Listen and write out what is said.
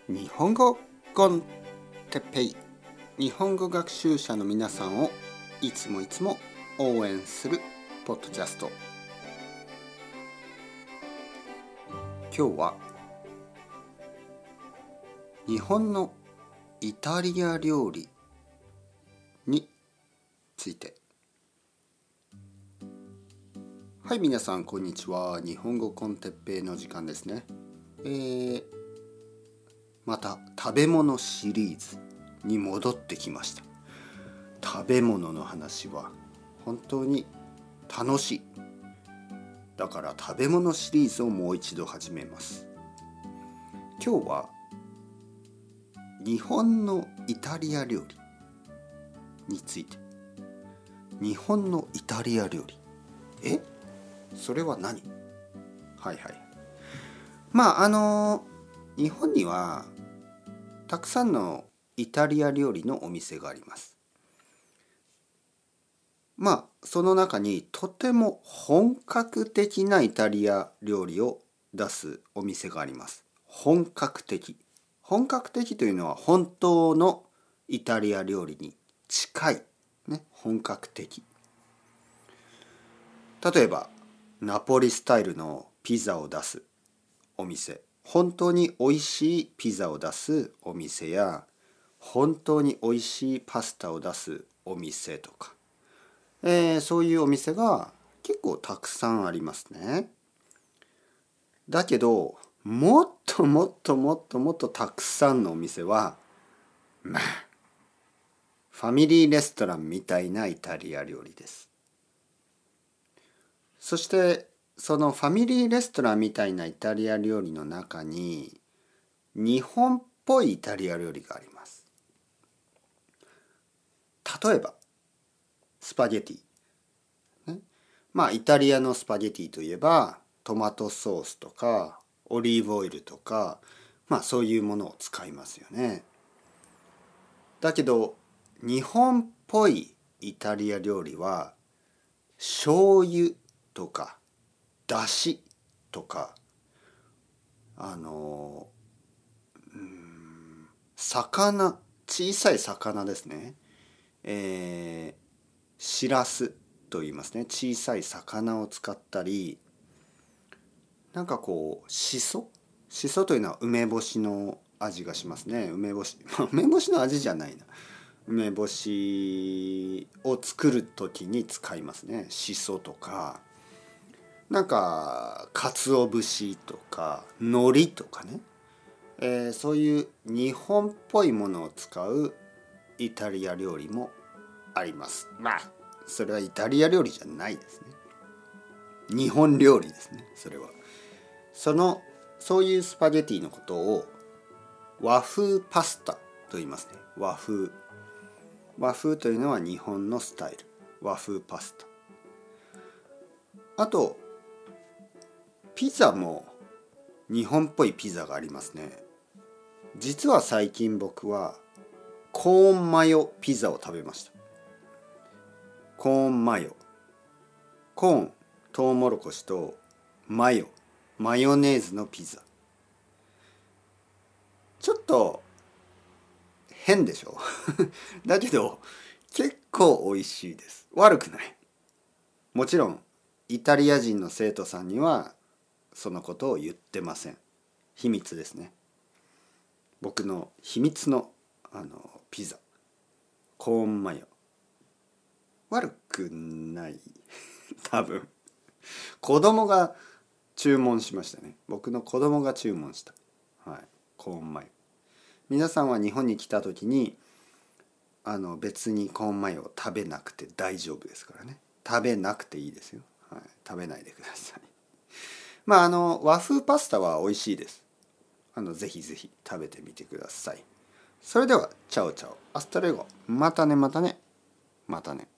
日本語コンテッペイ、日本語学習者の皆さんをいつも応援するポッドキャスト。今日は日本のイタリア料理について。はい、皆さんこんにちは。日本語コンテッペイの時間ですね。また食べ物シリーズに戻ってきました。食べ物の話は本当に楽しい。だから食べ物シリーズをもう一度始めます。今日は日本のイタリア料理について。日本のイタリア料理。それは何？はい。日本にはたくさんのイタリア料理のお店があります。その中にとても本格的なイタリア料理を出すお店があります。本格的というのは本当のイタリア料理に近い、本格的。例えばナポリスタイルのピザを出すお店、本当に美味しいピザを出すお店や、本当に美味しいパスタを出すお店とか、そういうお店が結構たくさんありますね。だけどもっとたくさんのお店はファミリーレストランみたいなイタリア料理です。そしてそのファミリーレストランみたいなイタリア料理の中に日本っぽいイタリア料理があります。例えばスパゲティ、イタリアのスパゲティといえばトマトソースとかオリーブオイルとか、そういうものを使いますよね。だけど日本っぽいイタリア料理は醤油とかだしとか魚、小さい魚ですね。しらすと言いますね。小さい魚を使ったり、しそというのは梅干しの味がしますね。梅干しの味じゃないな。梅干しを作る時に使いますね。しそとか鰹節とか海苔とかね、そういう日本っぽいものを使うイタリア料理もあります。それはイタリア料理じゃないですね。日本料理ですね。それはそういうスパゲティのことを和風パスタと言いますね。和風というのは日本のスタイル。和風パスタ。あとピザも日本っぽいピザがありますね。実は最近僕はコーンマヨピザを食べました。コーンマヨ、コーン、トウモロコシとマヨネーズのピザ。ちょっと変でしょだけど結構美味しいです。悪くない。もちろんイタリア人の生徒さんにはそのことを言ってません。秘密ですね。僕の秘密のピザ、コーンマヨ、悪くない多分子供が注文しましたね。僕の子供が注文した、コーンマヨ。皆さんは日本に来た時に別にコーンマヨを食べなくて大丈夫ですからね。食べなくていいですよ。食べないでください。和風パスタは美味しいです。ぜひ食べてみてください。それではチャオチャオ、アスタレゴ、またね。